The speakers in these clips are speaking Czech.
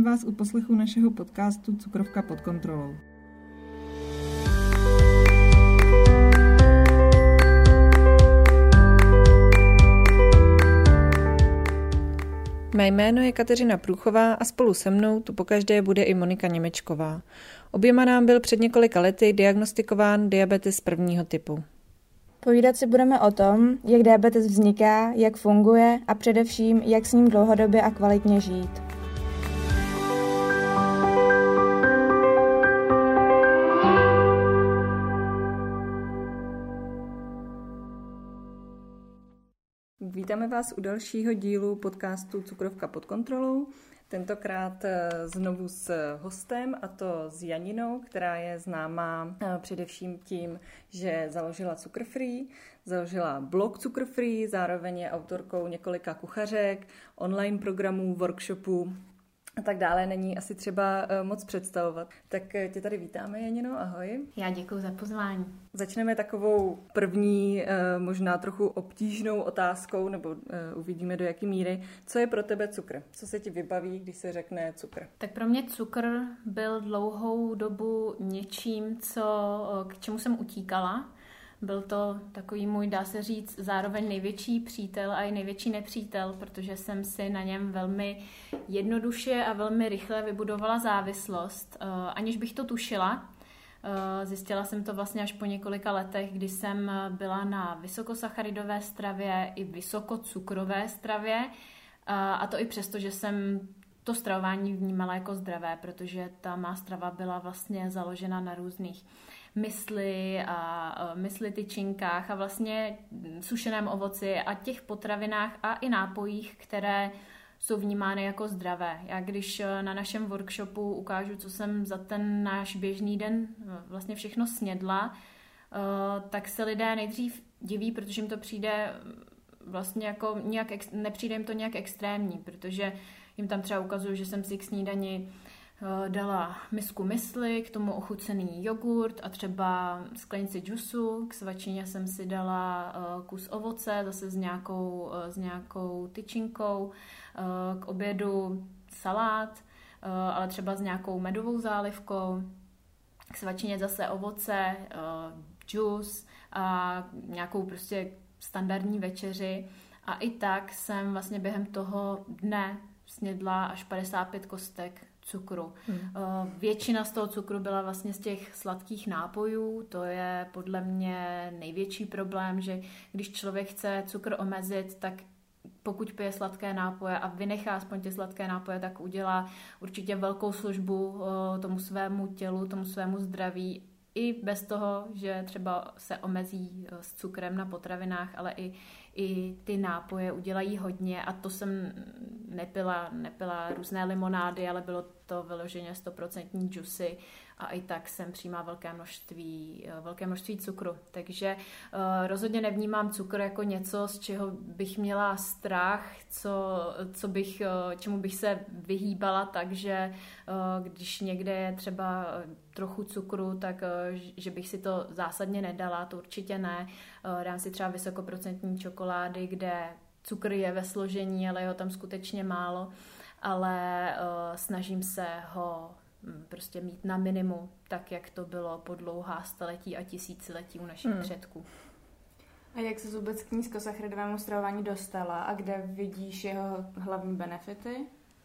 vás u poslechu našeho podcastu Cukrovka pod kontrolou. Mé jméno je Kateřina Průchová a spolu se mnou tu pokaždé bude i Monika Němečková. Oběma nám byl před několika lety diagnostikován diabetes prvního typu. Povídat si budeme o tom, jak diabetes vzniká, jak funguje a především, jak s ním dlouhodobě a kvalitně žít. Vítáme vás u dalšího dílu podcastu Cukrovka pod kontrolou. Tentokrát znovu s hostem, a to s Janinou, která je známá především tím, že založila Cukr Free, založila blog Cukr Free, zároveň je autorkou několika kuchařek, online programů, workshopů a tak dále. Není asi třeba moc představovat. Tak tě tady vítáme, Janino, ahoj. Já děkuji za pozvání. Začneme takovou první, možná trochu obtížnou otázkou, nebo uvidíme do jaké míry. Co je pro tebe cukr? Co se ti vybaví, když se řekne cukr? Tak pro mě cukr byl dlouhou dobu něčím, k čemu jsem utíkala. Byl to takový můj, dá se říct, zároveň největší přítel a i největší nepřítel, protože jsem si na něm velmi jednoduše a velmi rychle vybudovala závislost, aniž bych to tušila. Zjistila jsem to vlastně až po několika letech, kdy jsem byla na vysokosacharidové stravě i vysokocukrové stravě, a to i přesto, že jsem to stravování vnímala jako zdravé, protože ta má strava byla vlastně založena na různých mysli tyčinkách a vlastně sušeném ovoci a těch potravinách a i nápojích, které jsou vnímány jako zdravé. Já když na našem workshopu ukážu, co jsem za ten náš běžný den vlastně všechno snědla, tak se lidé nejdřív diví, protože jim to přijde vlastně jako nepřijde jim to nějak extrémní, protože jim tam třeba ukazuju, že jsem si k snídani dala misku mysli, k tomu ochucený jogurt a třeba sklenici džusu. K svačině jsem si dala kus ovoce, zase s nějakou tyčinkou. K obědu salát, ale třeba s nějakou medovou zálivkou. K svačině zase ovoce, džus a nějakou prostě standardní večeři. A i tak jsem vlastně během toho dne snědla až 55 kostek cukru. Většina z toho cukru byla vlastně z těch sladkých nápojů. To je podle mě největší problém, že když člověk chce cukr omezit, tak pokud pije sladké nápoje a vynechá aspoň ty sladké nápoje, tak udělá určitě velkou službu tomu svému tělu, tomu svému zdraví, i bez toho, že třeba se omezí s cukrem na potravinách, ale i ty nápoje udělají hodně, a to jsem nepila různé limonády, ale bylo to vyloženě 100% džusy a i tak jsem přijímá velké množství cukru. Takže rozhodně nevnímám cukr jako něco, z čeho bych měla strach, čemu bych se vyhýbala, takže když někde je třeba trochu cukru, tak že bych si to zásadně nedala, to určitě ne. Dám si třeba vysokoprocentní čokolády, kde cukr je ve složení, ale je ho tam skutečně málo, ale snažím se ho prostě mít na minimum, tak jak to bylo po dlouhá staletí a tisíciletí u našich předků. A jak se vůbec k nízkosacharidovému stravování dostala a kde vidíš jeho hlavní benefity?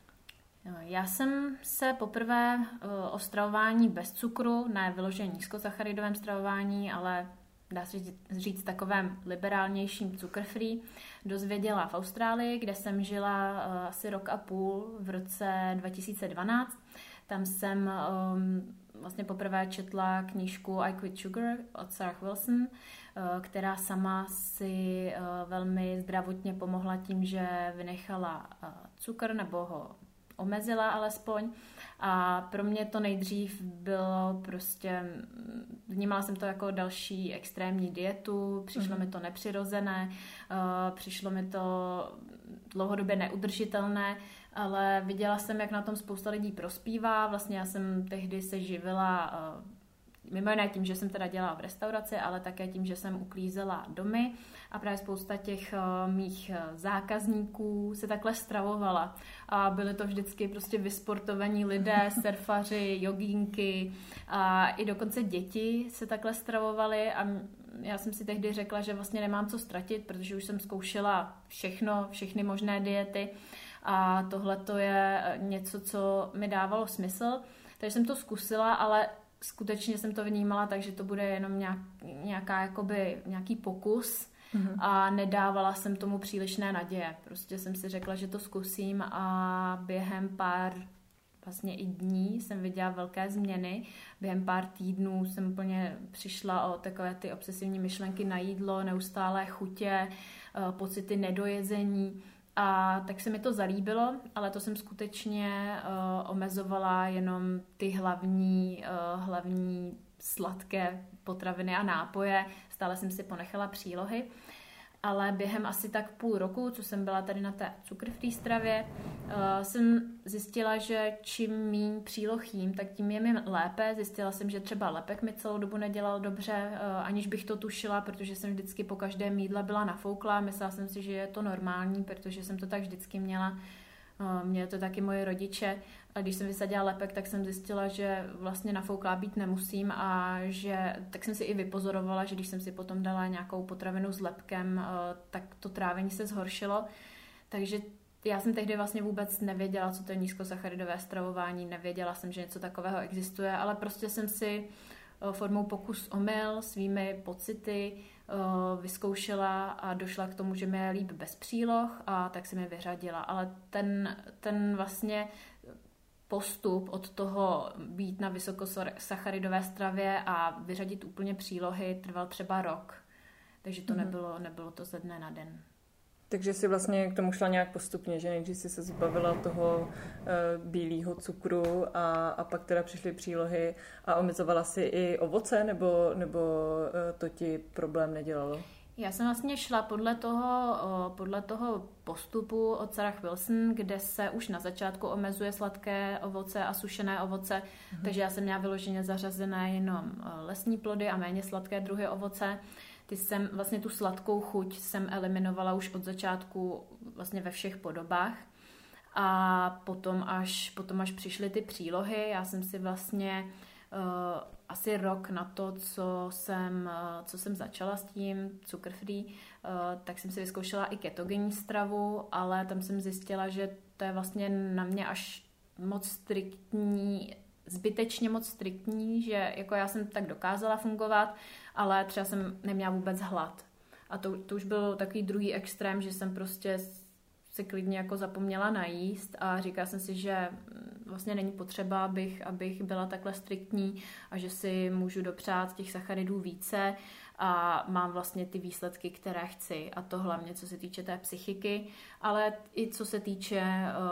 Já jsem se poprvé o stravování bez cukru, ne vyloženě nízkosacharidovém stravování, ale dá se říct takovém liberálnějším cukr-free, dozvěděla v Austrálii, kde jsem žila asi rok a půl v roce 2012. Tam jsem vlastně poprvé četla knížku I Quit Sugar od Sarah Wilson, která sama si velmi zdravotně pomohla tím, že vynechala cukr nebo ho omezila alespoň. A pro mě to nejdřív bylo prostě, vnímala jsem to jako další extrémní dietu, přišlo mi to nepřirozené, přišlo mi to dlouhodobě neudržitelné, ale viděla jsem, jak na tom spousta lidí prospívá. Vlastně já jsem tehdy se živila mimo jiné tím, že jsem teda dělala v restauraci, ale také tím, že jsem uklízela domy a právě spousta těch mých zákazníků se takhle stravovala. A byly to vždycky prostě vysportovaní lidé, surfaři, jogínky a i dokonce děti se takhle stravovaly a já jsem si tehdy řekla, že vlastně nemám co ztratit, protože už jsem zkoušela všechny možné diety a tohle to je něco, co mi dávalo smysl. Takže jsem to zkusila, ale skutečně jsem to vnímala tak, že to bude jenom nějaký pokus a nedávala jsem tomu přílišné naděje. Prostě jsem si řekla, že to zkusím a během pár vlastně i dní jsem viděla velké změny. Během pár týdnů jsem úplně přišla o takové ty obsesivní myšlenky na jídlo, neustálé chutě, pocity nedojezení. A tak se mi to zalíbilo, ale to jsem skutečně omezovala jenom ty hlavní sladké potraviny a nápoje. Stále jsem si ponechala přílohy. Ale během asi tak půl roku, co jsem byla tady na té cukr-free stravě, jsem zjistila, že čím míň příloh jím, tak tím je mi lépe. Zjistila jsem, že třeba lepek mi celou dobu nedělal dobře, aniž bych to tušila, protože jsem vždycky po každém jídle byla nafouklá. Myslela jsem si, že je to normální, protože jsem to tak vždycky měla. Měli to taky moje rodiče. A když jsem vysadila lepek, tak jsem zjistila, že vlastně nafouklá být nemusím a tak jsem si i vypozorovala, že když jsem si potom dala nějakou potravinu s lepkem, tak to trávení se zhoršilo. Takže já jsem tehdy vlastně vůbec nevěděla, co to je nízkosacharidové stravování, nevěděla jsem, že něco takového existuje, ale prostě jsem si formou pokus omyl svými pocity vyzkoušela a došla k tomu, že mi je líp bez příloh a tak jsem je vyřadila. Ale ten vlastně postup od toho být na vysokosacharidové stravě a vyřadit úplně přílohy trval třeba rok. Takže to nebylo to ze dne na den. Takže si vlastně k tomu šla nějak postupně, že nejdřív si se zbavila toho bílého cukru a pak teda přišly přílohy a omezovala si i ovoce, nebo to ti problém nedělalo? Já jsem vlastně šla podle toho postupu od Sarah Wilson, kde se už na začátku omezuje sladké ovoce a sušené ovoce, takže já jsem měla vyloženě zařazené jenom lesní plody a méně sladké druhy ovoce. Vlastně tu sladkou chuť jsem eliminovala už od začátku vlastně ve všech podobách. A potom až přišly ty přílohy, já jsem si vlastně asi rok na to, co jsem začala s tím cukr-free, tak jsem si vyzkoušela i ketogenní stravu, ale tam jsem zjistila, že to je vlastně na mě až moc striktní, zbytečně moc striktní, že jako já jsem tak dokázala fungovat, ale třeba jsem neměla vůbec hlad. A to už byl takový druhý extrém, že jsem prostě se klidně jako zapomněla najíst a říkala jsem si, že vlastně není potřeba, abych byla takhle striktní a že si můžu dopřát těch sacharidů více a mám vlastně ty výsledky, které chci. A to hlavně, co se týče té psychiky, ale i co se týče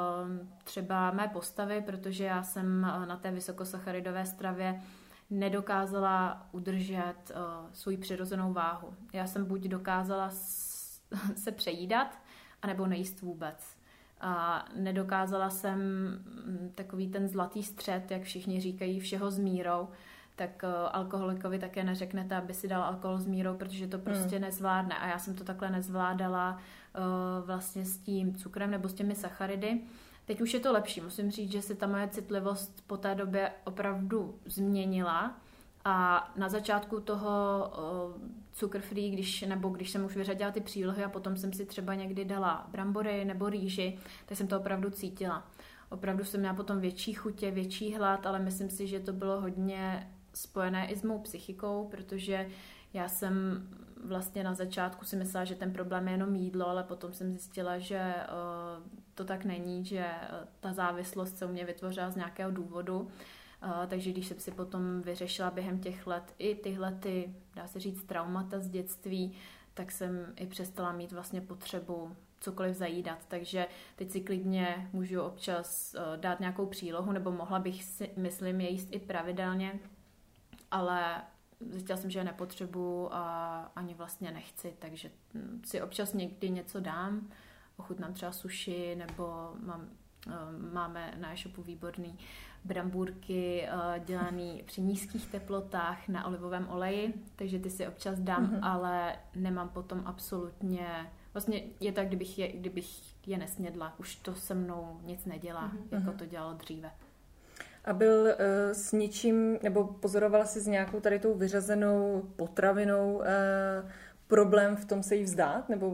třeba mé postavy, protože já jsem na té vysokosacharidové stravě nedokázala udržet svou přirozenou váhu. Já jsem buď dokázala se přejídat, anebo nejíst vůbec. A nedokázala jsem takový ten zlatý střed, jak všichni říkají, všeho s mírou, tak alkoholikovi také neřeknete, aby si dal alkohol s mírou, protože to prostě nezvládne. A já jsem to takhle nezvládala vlastně s tím cukrem nebo s těmi sacharidy. Teď už je to lepší. Musím říct, že se ta moje citlivost po té době opravdu změnila. A na začátku toho cukr-free, když jsem už vyřadila ty přílohy a potom jsem si třeba někdy dala brambory nebo rýži, tak jsem to opravdu cítila. Opravdu jsem měla potom větší chutě, větší hlad, ale myslím si, že to bylo hodně spojené i s mou psychikou, protože já jsem vlastně na začátku si myslela, že ten problém je jenom jídlo, ale potom jsem zjistila, že to tak není, že ta závislost se u mě vytvořila z nějakého důvodu. Takže když jsem si potom vyřešila během těch let i tyhle, dá se říct, traumata z dětství, tak jsem i přestala mít vlastně potřebu cokoliv zajídat. Takže teď si klidně můžu občas dát nějakou přílohu, nebo mohla bych si, myslím, je jíst i pravidelně, ale zjistila jsem, že je nepotřebuju a ani vlastně nechci, takže si občas někdy něco dám, ochutnám třeba sushi, nebo máme na e-shopu výborný brambůrky dělané při nízkých teplotách na olivovém oleji, takže ty si občas dám, ale nemám potom absolutně, vlastně je to, kdybych je nesnědla, už to se mnou nic nedělá, jako to dělalo dříve. A byl s ničím, nebo pozorovala jsi s nějakou tady tou vyřazenou potravinou problém v tom se jí vzdát, nebo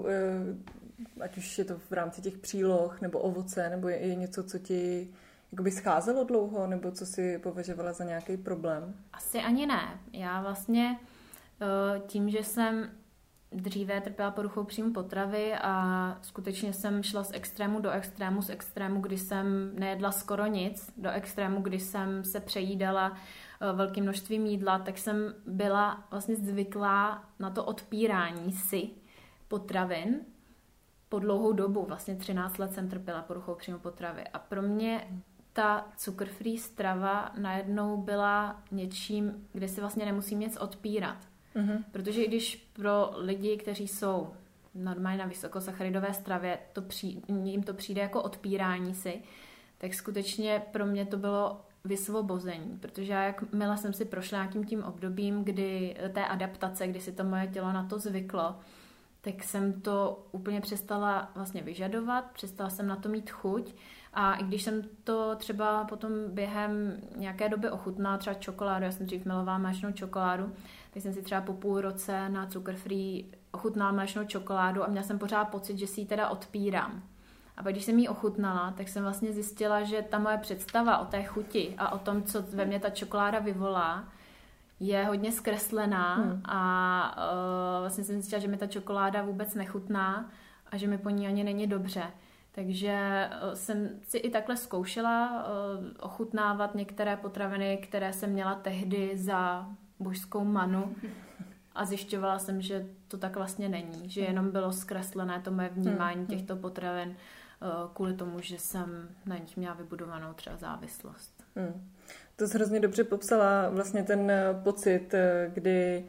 ať už je to v rámci těch příloh, nebo ovoce, nebo je něco, co ti jakoby scházelo dlouho, nebo co si považovala za nějaký problém? Asi ani ne. Já vlastně tím, že jsem dříve trpěla poruchou příjmu potravy a skutečně jsem šla z extrému do extrému, z extrému, kdy jsem nejedla skoro nic, do extrému, kdy jsem se přejídala velkým množstvím jídla, tak jsem byla vlastně zvyklá na to odpírání si potravin po dlouhou dobu. Vlastně 13 let jsem trpěla poruchou příjmu potravy a pro mě ta cukr-free strava najednou byla něčím, kde si vlastně nemusím nic odpírat. Protože i když pro lidi, kteří jsou normálně na vysokosacharidové stravě, jim to přijde jako odpírání si, tak skutečně pro mě to bylo vysvobození, protože já jakmile jsem si prošla nějakým tím obdobím, kdy té adaptace, kdy si to moje tělo na to zvyklo, tak jsem to úplně přestala vlastně vyžadovat, přestala jsem na to mít chuť a i když jsem to třeba potom během nějaké doby ochutnala, třeba čokoládu, já jsem dřív milovala mléčnou čokoládu, tak jsem si třeba po půl roce na cukr-free ochutnala mléčnou čokoládu a měla jsem pořád pocit, že si ji teda odpírám. A pak když jsem ji ochutnala, tak jsem vlastně zjistila, že ta moje představa o té chuti a o tom, co ve mně ta čokoláda vyvolá, je hodně zkreslená a vlastně jsem zjistila, že mi ta čokoláda vůbec nechutná a že mi po ní ani není dobře. Takže jsem si i takhle zkoušela ochutnávat některé potraviny, které jsem měla tehdy za božskou manu a zjišťovala jsem, že to tak vlastně není, že jenom bylo zkreslené to moje vnímání těchto potravin kvůli tomu, že jsem na nich měla vybudovanou třeba závislost. To jsi hrozně dobře popsala vlastně ten pocit, kdy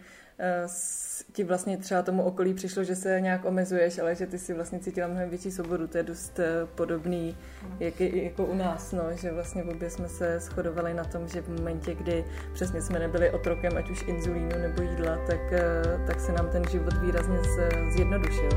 ti vlastně třeba tomu okolí přišlo, že se nějak omezuješ, ale že ty si vlastně cítila mnohem větší svobodu. To je dost podobný jako u nás, no, že vlastně obě jsme se shodovali na tom, že v momentě, kdy přesně jsme nebyli otrokem, ať už inzulínu nebo jídla, tak se nám ten život výrazně zjednodušil.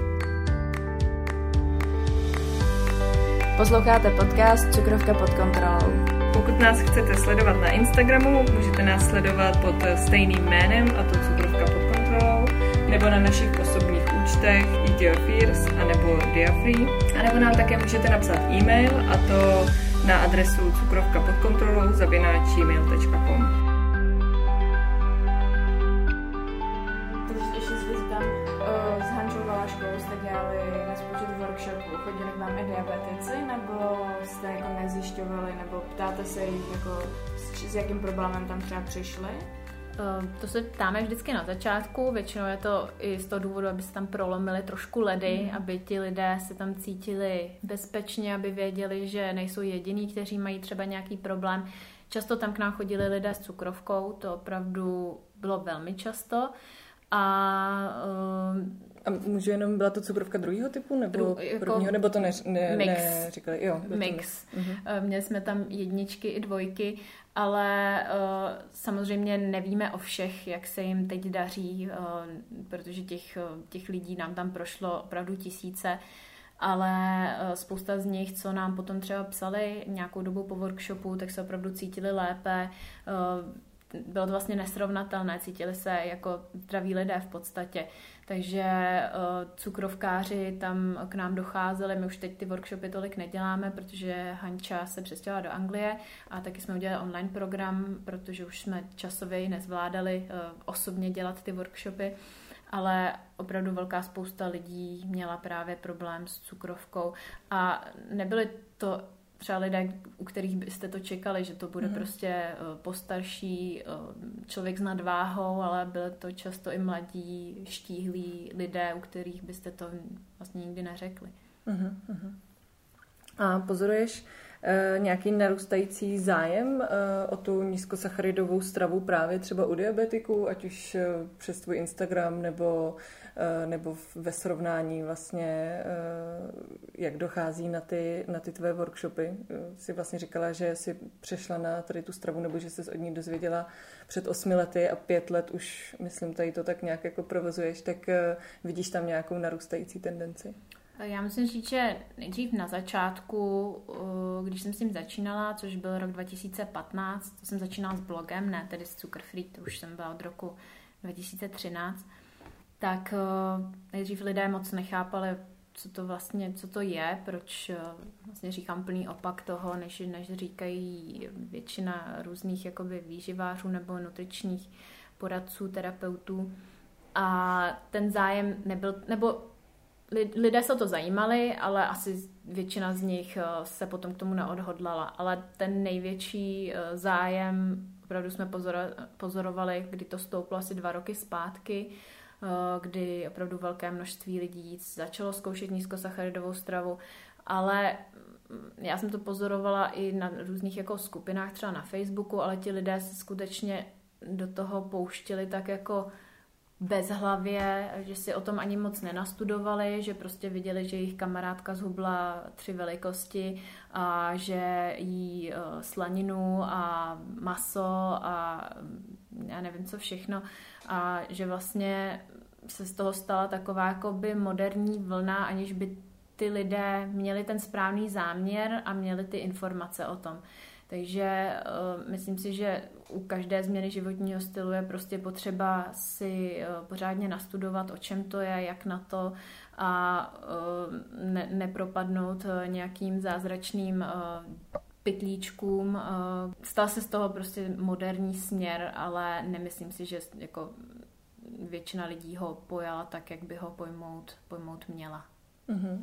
Posloucháte podcast Cukrovka pod kontrolou. Pokud nás chcete sledovat na Instagramu, můžete nás sledovat pod stejným jménem, a to Cukrovka pod kontrolou, nebo na našich osobních účtech Eat Your Fears a nebo Diafree. A nebo nám také můžete napsat e-mail, a to na adresu cukrovkapodkontrolou@gmail.com. Ještě si tam s Hančou Valaškou jste dělali nespočet workshopů. Chodili k vám i diabetici, nebo jste jako nezjišťovali, nebo ptáte se jich, jako, s jakým problémem tam třeba přišli? To se ptáme vždycky na začátku, většinou je to i z toho důvodu, aby se tam prolomili trošku ledy, aby ti lidé se tam cítili bezpečně, aby věděli, že nejsou jediní, kteří mají třeba nějaký problém. Často tam k nám chodili lidé s cukrovkou, to opravdu bylo velmi často. A můžu jenom, byla to cukrovka druhého typu, nebo prvního, nebo to neříkali? Jo, mix. Měli jsme tam jedničky i dvojky, ale samozřejmě nevíme o všech, jak se jim teď daří, protože těch lidí nám tam prošlo opravdu tisíce, ale spousta z nich, co nám potom třeba psali nějakou dobu po workshopu, tak se opravdu cítili lépe. Bylo to vlastně nesrovnatelné, cítili se jako zdraví lidé v podstatě. Takže cukrovkáři tam k nám docházeli, my už teď ty workshopy tolik neděláme, protože Hanča se přestěhovala do Anglie a taky jsme udělali online program, protože už jsme časově nezvládali osobně dělat ty workshopy, ale opravdu velká spousta lidí měla právě problém s cukrovkou a nebyly to třeba lidé, u kterých byste to čekali, že to bude prostě postarší člověk s nadváhou, ale byly to často i mladí, štíhlí lidé, u kterých byste to vlastně nikdy neřekli. A pozoruješ nějaký narůstající zájem o tu nízkosacharidovou stravu právě třeba u diabetiků, ať už přes tvůj Instagram nebo ve srovnání vlastně, jak dochází na ty tvé workshopy. Jsi vlastně říkala, že jsi přešla na tady tu stravu, nebo že jsi od ní dozvěděla před 8 lety a 5 let už, myslím, tady to tak nějak jako provozuješ, tak vidíš tam nějakou narůstající tendenci? Já musím říct, že nejdřív na začátku, když jsem s tím začínala, což byl rok 2015, to jsem začínala s blogem, ne tedy s Cukrfree, to už jsem byla od roku 2013, tak nejdřív lidé moc nechápali, co to je, proč vlastně říkám plný opak toho, než říkají většina různých jakoby výživářů nebo nutričních poradců, terapeutů. A ten zájem nebyl, nebo lidé se o to zajímali, ale asi většina z nich se potom k tomu neodhodlala. Ale ten největší zájem opravdu jsme pozorovali, kdy to stouplo asi 2 roky zpátky, kdy opravdu velké množství lidí začalo zkoušet nízkosacharidovou stravu, ale já jsem to pozorovala i na různých jako skupinách, třeba na Facebooku, ale ti lidé se skutečně do toho pouštili tak jako bezhlavě, že si o tom ani moc nenastudovali, že prostě viděli, že jejich kamarádka zhubla 3 velikosti a že jí slaninu a maso a já nevím co všechno a že vlastně se z toho stala taková jakoby moderní vlna, aniž by ty lidé měli ten správný záměr a měli ty informace o tom. Takže myslím si, že u každé změny životního stylu je prostě potřeba si pořádně nastudovat, o čem to je, jak na to a nepropadnout nějakým zázračným pytlíčkům. Stal se z toho prostě moderní směr, ale nemyslím si, že jako většina lidí ho pojala tak, jak by ho pojmout měla. Mm-hmm.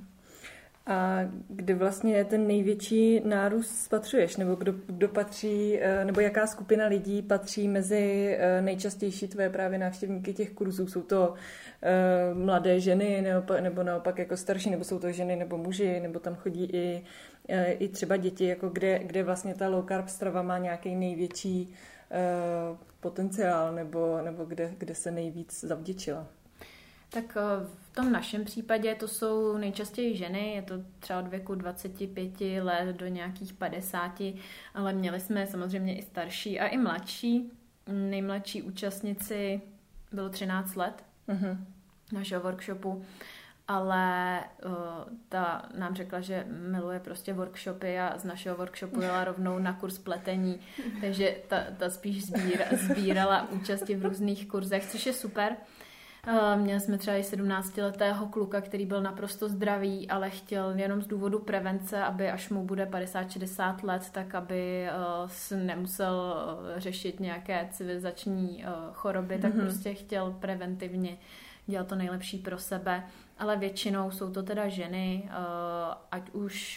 A kde vlastně ten největší nárůst spatřuješ? Nebo kdo patří, nebo jaká skupina lidí patří mezi nejčastější tvoje právě návštěvníky těch kurzů? Jsou to mladé ženy nebo naopak jako starší, nebo jsou to ženy nebo muži, nebo tam chodí i třeba děti, jako kde vlastně ta low carb strava má nějaký největší potenciál, nebo kde se nejvíc zavděčila? Tak v tom našem případě to jsou nejčastěji ženy, je to třeba od věku 25 let do nějakých 50, ale měli jsme samozřejmě i starší a i mladší. Nejmladší účastnici bylo 13 let našeho workshopu, ale ta nám řekla, že miluje prostě workshopy a z našeho workshopu jela rovnou na kurz pletení, takže ta spíš sbírala účasti v různých kurzech, což je super. Měli jsme třeba i 17letého kluka, který byl naprosto zdravý, ale chtěl jenom z důvodu prevence, aby až mu bude 50-60 let, tak aby nemusel řešit nějaké civilizační choroby, tak prostě chtěl preventivně dělat to nejlepší pro sebe. Ale většinou jsou to teda ženy, ať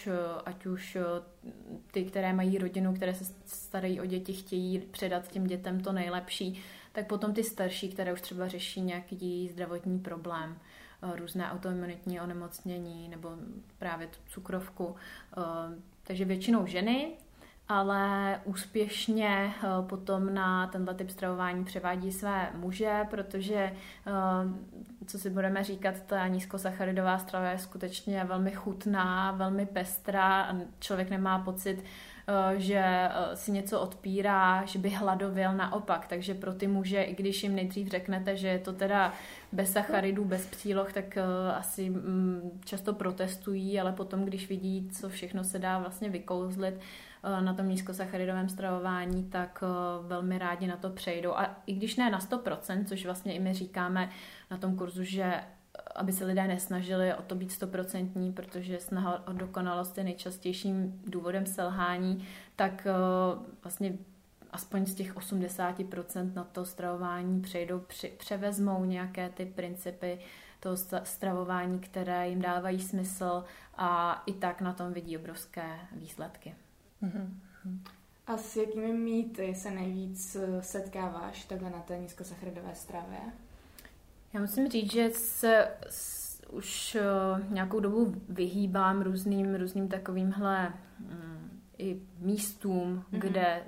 už ty, které mají rodinu, které se starají o děti, chtějí předat těm dětem to nejlepší, tak potom ty starší, které už třeba řeší nějaký zdravotní problém, různé autoimunitní onemocnění nebo právě tu cukrovku. Takže většinou ženy, ale úspěšně potom na tenhle typ stravování převádí své muže, protože, co si budeme říkat, ta nízkosacharidová strava je skutečně velmi chutná, velmi pestrá a člověk nemá pocit, že si něco odpírá, že by hladověl, naopak. Takže pro ty muže, i když jim nejdřív řeknete, že je to teda bez sacharidů, bez příloh, tak asi často protestují, ale potom, když vidí, co všechno se dá vlastně vykouzlit na tom nízkosacharidovém stravování, tak velmi rádi na to přejdou. A i když ne na 100%, což vlastně i my říkáme na tom kurzu, že aby se lidé nesnažili o to být 100%, protože snaha o dokonalost je nejčastějším důvodem selhání, tak vlastně aspoň z těch 80% na to stravování přejdou, převezmou nějaké ty principy toho stravování, které jim dávají smysl a i tak na tom vidí obrovské výsledky. A s jakými mýty se nejvíc setkáváš takhle na té nízkosacharidové stravě? Já musím říct, že se už nějakou dobu vyhýbám různým takovýmhle i místům, kde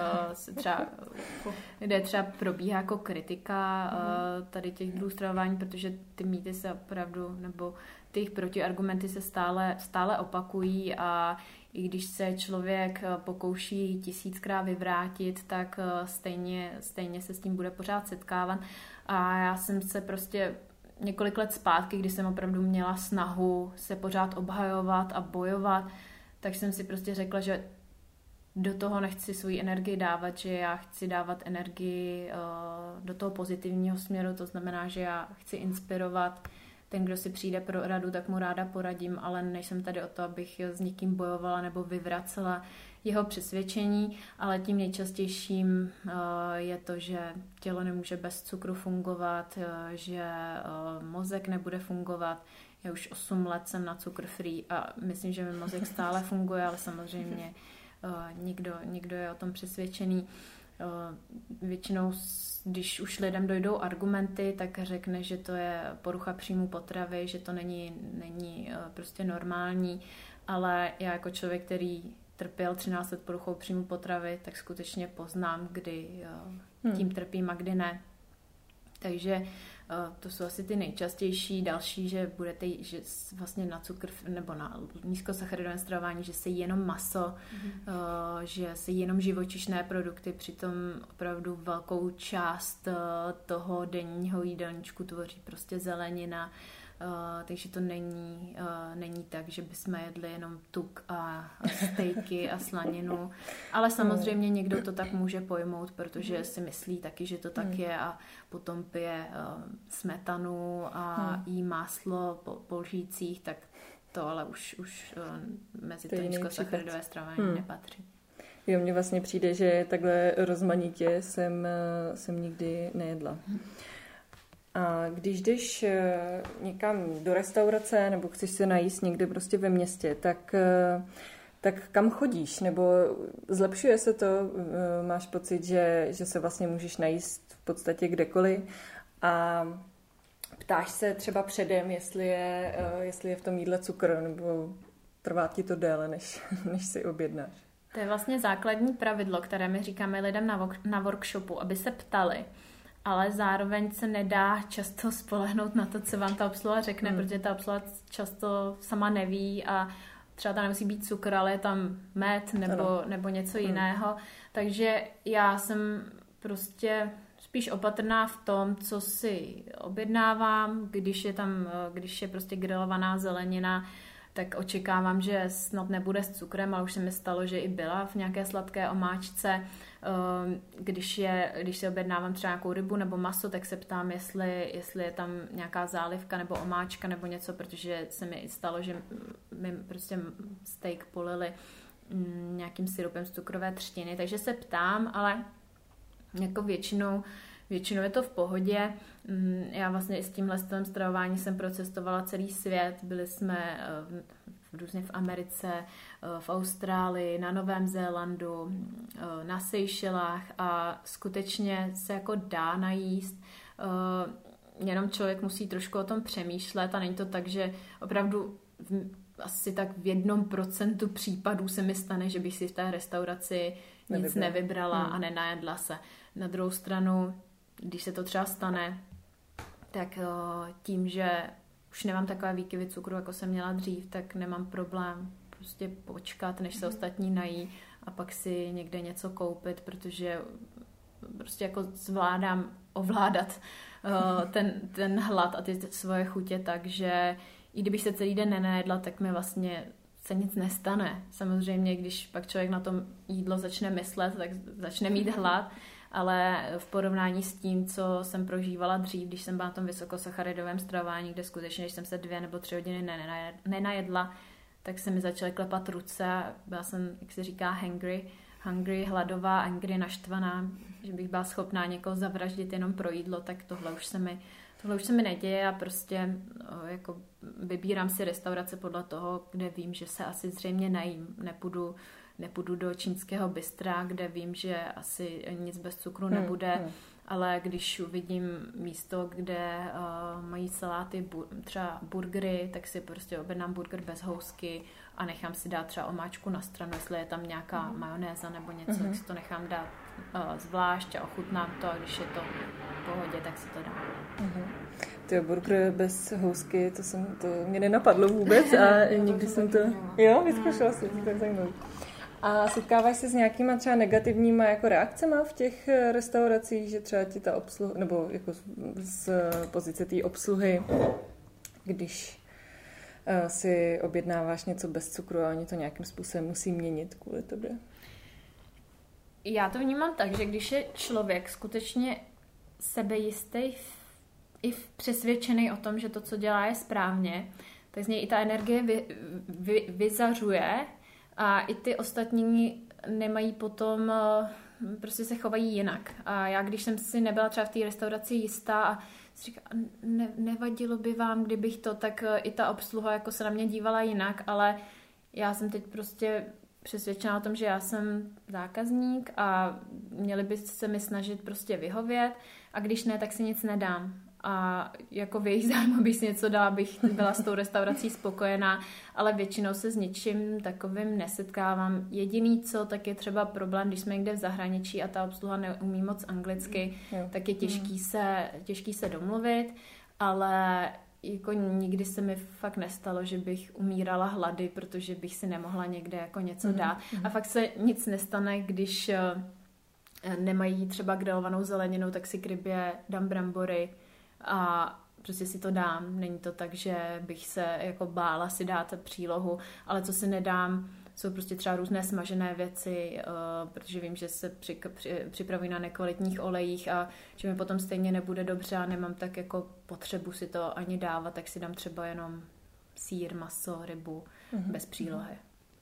kde třeba probíhá jako kritika tady těch druhů stravování, protože ty mýty se opravdu, nebo ty jejich protiargumenty se stále opakují a i když se člověk pokouší 1000krát vyvrátit, tak stejně se s tím bude pořád setkávat. A já jsem se prostě několik let zpátky, kdy jsem opravdu měla snahu se pořád obhajovat a bojovat, tak jsem si prostě řekla, že do toho nechci svoji energii dávat, že já chci dávat energii do toho pozitivního směru, to znamená, že já chci inspirovat. Ten, kdo si přijde pro radu, tak mu ráda poradím, ale nejsem tady o to, abych s někým bojovala nebo vyvracela jeho přesvědčení, ale tím nejčastějším je to, že tělo nemůže bez cukru fungovat, že mozek nebude fungovat. Já už 8 let jsem na cukr free a myslím, že mi mozek stále funguje, ale samozřejmě někdo je o tom přesvědčený. Většinou, když už lidem dojdou argumenty, tak řekne, že to je porucha příjmu potravy, že to není prostě normální, ale já jako člověk, který trpěl 13 let poruchou příjmu potravy, tak skutečně poznám, kdy tím trpím a kdy ne. Takže to jsou asi ty nejčastější. Další, že že vlastně na cukr nebo na nízkosacharidové stravování, že se jí jenom maso, že se jí jenom živočišné produkty, přitom opravdu velkou část toho denního jídelníčku tvoří prostě zelenina, takže to není tak, že bychom jedli jenom tuk a stejky a slaninu, ale samozřejmě někdo to tak může pojmout, protože si myslí taky, že to tak je a potom pije smetanu a jí máslo po lžících, tak to ale už mezi to nízkosacharidové stravování nepatří. Jo, mně vlastně přijde, že takhle rozmanitě jsem nikdy nejedla. A když jdeš někam do restaurace nebo chceš se najíst někde prostě ve městě, tak kam chodíš? Nebo zlepšuje se to? Máš pocit, že se vlastně můžeš najíst v podstatě kdekoliv? A ptáš se třeba předem, jestli je v tom jídle cukr, nebo trvá ti to déle, než si objednáš? To je vlastně základní pravidlo, které my říkáme lidem na workshopu, aby se ptali. Ale zároveň se nedá často spolehnout na to, co vám ta obsluha řekne, protože ta obsluha často sama neví a třeba tam nemusí být cukr, ale je tam med nebo něco jiného. Takže já jsem prostě spíš opatrná v tom, co si objednávám, když je prostě grilovaná zelenina, tak očekávám, že snad nebude s cukrem, ale už se mi stalo, že i byla v nějaké sladké omáčce. Když si objednávám třeba nějakou rybu nebo maso, tak se ptám, jestli je tam nějaká zálivka nebo omáčka nebo něco, protože se mi i stalo, že mi prostě steak polili nějakým syrupem z cukrové třtiny, takže se ptám, ale jako většinou je to v pohodě. Já vlastně i s tímhle stylem stravování jsem procestovala celý svět. Byli jsme různě v Americe, v Austrálii, na Novém Zélandu, na Seychelách a skutečně se jako dá najíst. Jenom člověk musí trošku o tom přemýšlet a není to tak, že opravdu asi tak v 1% případů se mi stane, že bych si v té restauraci nic nevybrala a nenajedla se. Na druhou stranu, když se to třeba stane, tak tím, že už nemám takové výkyvy cukru, jako jsem měla dřív, tak nemám problém prostě počkat, než se ostatní nají a pak si někde něco koupit, protože prostě jako zvládám ovládat ten hlad a ty svoje chutě, takže i kdybych se celý den nenajedla, tak mi vlastně se nic nestane. Samozřejmě, když pak člověk na tom jídlo začne myslet, tak začne mít hlad, ale v porovnání s tím, co jsem prožívala dřív, když jsem byla na tom vysokosacharidovém stravování, kde skutečně, když jsem se 2 nebo 3 hodiny nenajedla, tak se mi začaly klepat ruce. Byla jsem, jak se říká, hungry, hladová, angry, naštvaná, že bych byla schopná někoho zavraždit jenom pro jídlo, tak tohle už se mi neděje a prostě jako vybírám si restaurace podle toho, kde vím, že se asi zřejmě najím. Nepůjdu do čínského bystra, kde vím, že asi nic bez cukru nebude, ale když uvidím místo, kde mají saláty, třeba burgery, tak si prostě objednám burger bez housky a nechám si dát třeba omáčku na stranu, jestli je tam nějaká majonéza nebo něco, tak si to nechám dát zvlášť a ochutnám to, a když je to v pohodě, tak si to dám. Ty burger bez housky, to mě nenapadlo vůbec a nikdy jsem to... Jo, vyzkoušela si, to je zajímavé. A setkáváš se s nějakýma třeba negativníma jako reakcema v těch restauracích, že třeba ti ta obsluha, nebo jako z pozice té obsluhy, když si objednáváš něco bez cukru a oni to nějakým způsobem musí měnit kvůli tobě? Já to vnímám tak, že když je člověk skutečně sebejistý i přesvědčený o tom, že to, co dělá, je správně, tak z něj i ta energie vyzařuje a i ty ostatní nemají potom, prostě se chovají jinak. A já, když jsem si nebyla třeba v té restauraci jistá a si říkala, nevadilo by vám, kdybych to, tak i ta obsluha jako se na mě dívala jinak, ale já jsem teď prostě přesvědčená o tom, že já jsem zákazník a měli by se mi snažit prostě vyhovět a když ne, tak si nic nedám. A jako v jejich zájmu bych si něco dala, abych byla s tou restaurací spokojená, ale většinou se s ničím takovým nesetkávám. Jediný co, tak je třeba problém, když jsme někde v zahraničí a ta obsluha neumí moc anglicky, tak je těžký se domluvit, ale jako nikdy se mi fakt nestalo, že bych umírala hlady, protože bych si nemohla někde jako něco dát. A fakt se nic nestane, když nemají třeba grilovanou zeleninu, tak si k rybě dám brambory a prostě si to dám. Není to tak, že bych se jako bála si dát přílohu, ale co si nedám, jsou prostě třeba různé smažené věci, protože vím, že se připravují na nekvalitních olejích a že mi potom stejně nebude dobře a nemám tak jako potřebu si to ani dávat, tak si dám třeba jenom sýr, maso, rybu bez přílohy.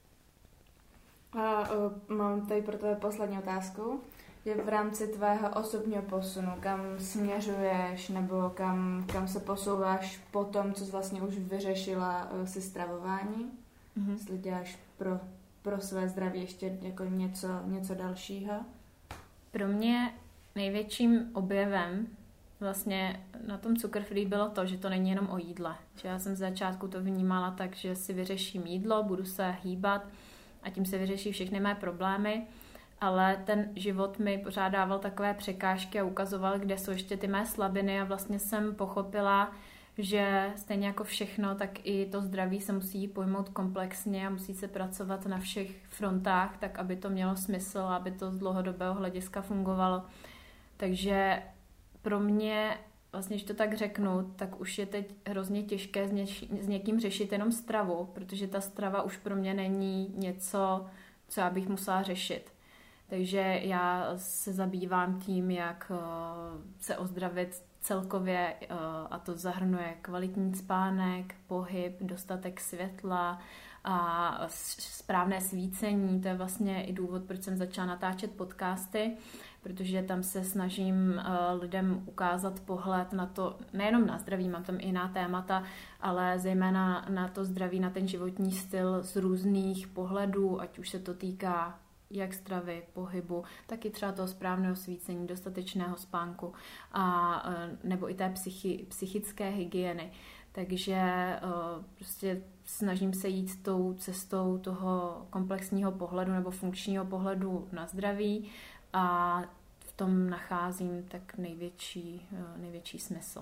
A mám tady pro tebe poslední otázku. Je v rámci tvého osobního posunu, kam směřuješ nebo kam se posouváš po tom, co jsi vlastně už vyřešila si stravování? Jestli děláš pro své zdraví ještě jako něco dalšího? Pro mě největším objevem vlastně na tom Cukr Free bylo to, že to není jenom o jídle. Že já jsem z začátku to vnímala tak, že si vyřeším jídlo, budu se hýbat a tím se vyřeší všechny mé problémy. Ale ten život mi pořád dával takové překážky a ukazoval, kde jsou ještě ty mé slabiny a vlastně jsem pochopila, že stejně jako všechno, tak i to zdraví se musí pojmout komplexně a musí se pracovat na všech frontách, tak aby to mělo smysl, aby to z dlouhodobého hlediska fungovalo. Takže pro mě, vlastně, když to tak řeknu, tak už je teď hrozně těžké s někým řešit jenom stravu, protože ta strava už pro mě není něco, co já bych musela řešit. Takže já se zabývám tím, jak se ozdravit celkově a to zahrnuje kvalitní spánek, pohyb, dostatek světla a správné svícení. To je vlastně i důvod, proč jsem začala natáčet podcasty, protože tam se snažím lidem ukázat pohled na to, nejenom na zdraví, mám tam i jiná témata, ale zejména na to zdraví, na ten životní styl z různých pohledů, ať už se to týká jak stravy, pohybu, tak i třeba toho správného svícení, dostatečného spánku a nebo i té psychické hygieny. Takže prostě snažím se jít tou cestou toho komplexního pohledu nebo funkčního pohledu na zdraví a v tom nacházím tak největší smysl.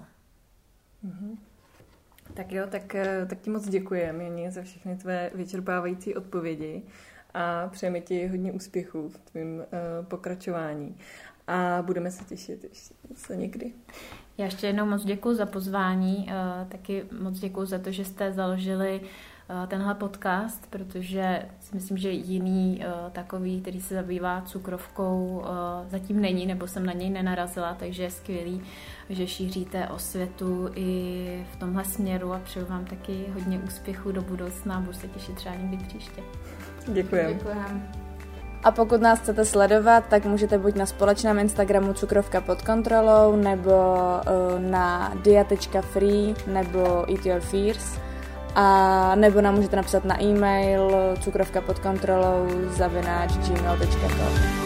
Tak jo, tak ti moc děkujeme, Jani, za všechny tvé vyčerpávající odpovědi a přejeme ti hodně úspěchů v tvém pokračování. A budeme se těšit ještě někdy. Já ještě jednou moc děkuji za pozvání, taky moc děkuji za to, že jste založili tenhle podcast, protože si myslím, že jiný takový, který se zabývá cukrovkou, zatím není, nebo jsem na něj nenarazila, takže je skvělý, že šíříte osvětu i v tomhle směru a přeju vám taky hodně úspěchů do budoucna, budu se těšit třeba někdy příště. Děkujeme. A pokud nás chcete sledovat, tak můžete buď na společném Instagramu Cukrovka pod kontrolou, nebo na dia.free, nebo Eat Your Fears, a nebo nám můžete napsat na e-mail cukrovkapodkontrolou @gmail.com.